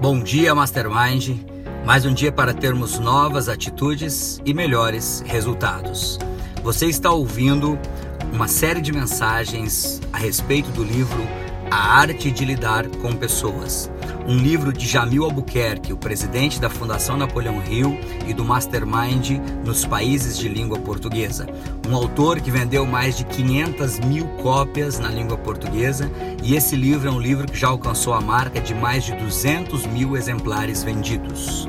Bom dia, Mastermind. Mais um dia para termos novas atitudes e melhores resultados. Você está ouvindo uma série de mensagens a respeito do livro A Arte de Lidar com Pessoas. Um livro de Jamil Albuquerque, o presidente da Fundação Napoleão Hill e do Mastermind nos países de língua portuguesa. Um autor que vendeu mais de 500 mil cópias na língua portuguesa, e esse livro é um livro que já alcançou a marca de mais de 200 mil exemplares vendidos.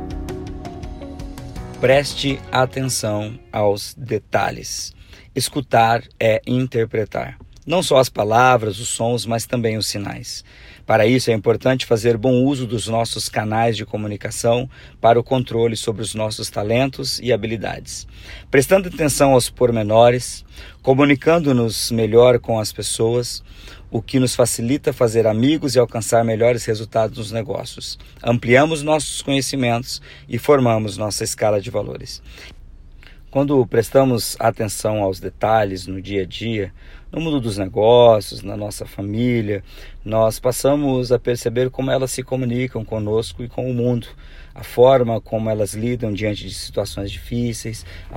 Preste atenção aos detalhes. Escutar é interpretar. Não só as palavras, os sons, mas também os sinais. Para isso é importante fazer bom uso dos nossos canais de comunicação para o controle sobre os nossos talentos e habilidades. Prestando atenção aos pormenores, comunicando-nos melhor com as pessoas, o que nos facilita fazer amigos e alcançar melhores resultados nos negócios. Ampliamos nossos conhecimentos e formamos nossa escala de valores. Quando prestamos atenção aos detalhes no dia a dia, no mundo dos negócios, na nossa família, nós passamos a perceber como elas se comunicam conosco e com o mundo. A forma como elas lidam diante de situações difíceis, a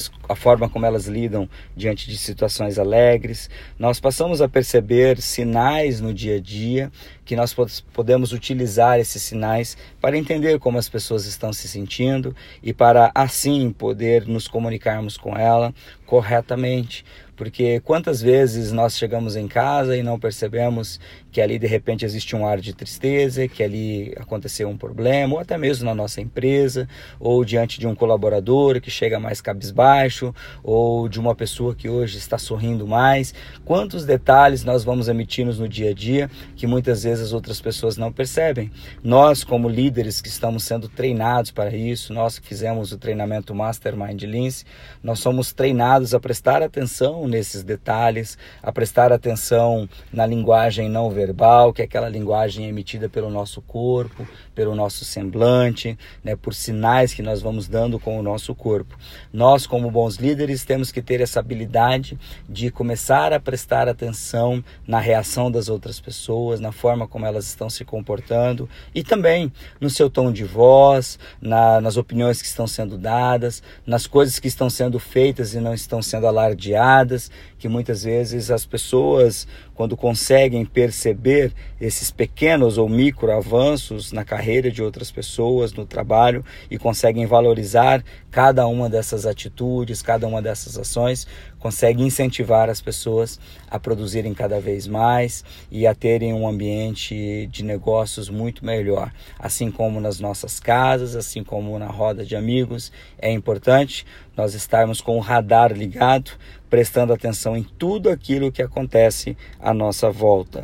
forma como elas lidam diante de situações alegres. Nós passamos a perceber sinais no dia a dia que nós podemos utilizar esses sinais para entender como as pessoas estão se sentindo e para assim poder nos comunicarmos com ela corretamente. Porque quantas vezes nós chegamos em casa e não percebemos que ali de repente existe um ar de tristeza, que ali aconteceu um problema, ou até mesmo na nossa empresa, ou diante de um colaborador que chega mais cabisbaixo, ou de uma pessoa que hoje está sorrindo mais. Quantos detalhes nós vamos emitindo no dia a dia que muitas vezes as outras pessoas não percebem. Nós, como líderes que estamos sendo treinados para isso, nós que fizemos o treinamento Mastermind Lince, nós somos treinados a prestar atenção nesses detalhes, a prestar atenção na linguagem não verbal, que é aquela linguagem emitida pelo nosso corpo, pelo nosso semblante, por sinais que nós vamos dando com o nosso corpo. Nós, como bons líderes, temos que ter essa habilidade de começar a prestar atenção na reação das outras pessoas, na forma como elas estão se comportando e também no seu tom de voz, nas opiniões que estão sendo dadas, nas coisas que estão sendo feitas e não estão sendo alardeadas, que muitas vezes as pessoas, quando conseguem perceber esses pequenos ou micro avanços na carreira de outras pessoas, no trabalho, e conseguem valorizar cada uma dessas atitudes, cada uma dessas ações, conseguem incentivar as pessoas a produzirem cada vez mais e a terem um ambiente de negócios muito melhor. Assim como nas nossas casas, assim como na roda de amigos, é importante nós estarmos com o radar ligado, prestando atenção em tudo aquilo que acontece à nossa volta.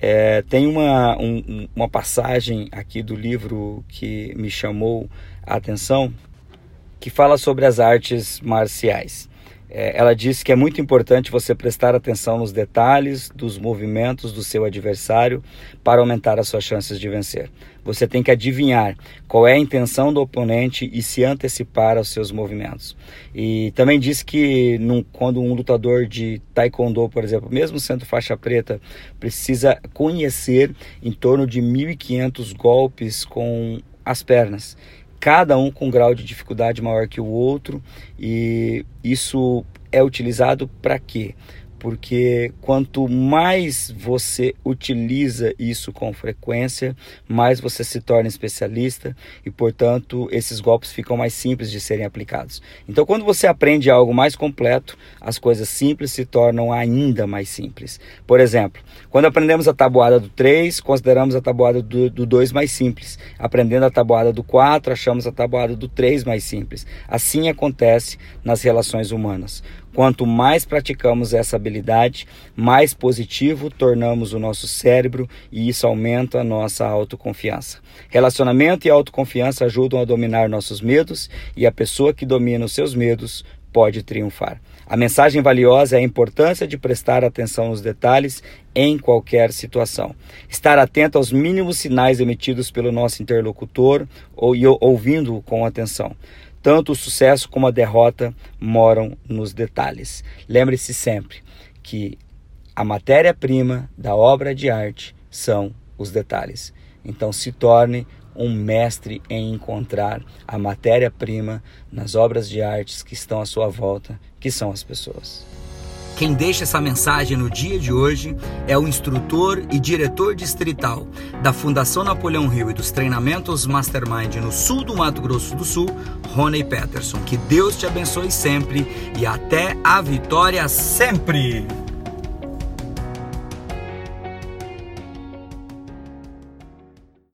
Tem uma passagem aqui do livro que me chamou a atenção, que fala sobre as artes marciais. Ela diz que é muito importante você prestar atenção nos detalhes dos movimentos do seu adversário para aumentar as suas chances de vencer. Você tem que adivinhar qual é a intenção do oponente e se antecipar aos seus movimentos. E também diz que quando um lutador de taekwondo, por exemplo, mesmo sendo faixa preta, precisa conhecer em torno de 1.500 golpes com as pernas, cada um com um grau de dificuldade maior que o outro, e isso é utilizado para quê? Porque quanto mais você utiliza isso com frequência, mais você se torna especialista e, portanto, esses golpes ficam mais simples de serem aplicados. Então, quando você aprende algo mais completo, as coisas simples se tornam ainda mais simples. Por exemplo, quando aprendemos a tabuada do 3, consideramos a tabuada do 2 mais simples. Aprendendo a tabuada do 4, achamos a tabuada do 3 mais simples. Assim acontece nas relações humanas. Quanto mais praticamos essa habilidade, mais positivo tornamos o nosso cérebro e isso aumenta a nossa autoconfiança. Relacionamento e autoconfiança ajudam a dominar nossos medos e a pessoa que domina os seus medos pode triunfar. A mensagem valiosa é a importância de prestar atenção nos detalhes em qualquer situação. Estar atento aos mínimos sinais emitidos pelo nosso interlocutor e ouvindo-o com atenção. Tanto o sucesso como a derrota moram nos detalhes. Lembre-se sempre que a matéria-prima da obra de arte são os detalhes. Então se torne um mestre em encontrar a matéria-prima nas obras de artes que estão à sua volta, que são as pessoas. Quem deixa essa mensagem no dia de hoje é o instrutor e diretor distrital da Fundação Napoleão Hill e dos treinamentos Mastermind no sul do Mato Grosso do Sul, Rony Peterson. Que Deus te abençoe sempre e até a vitória sempre!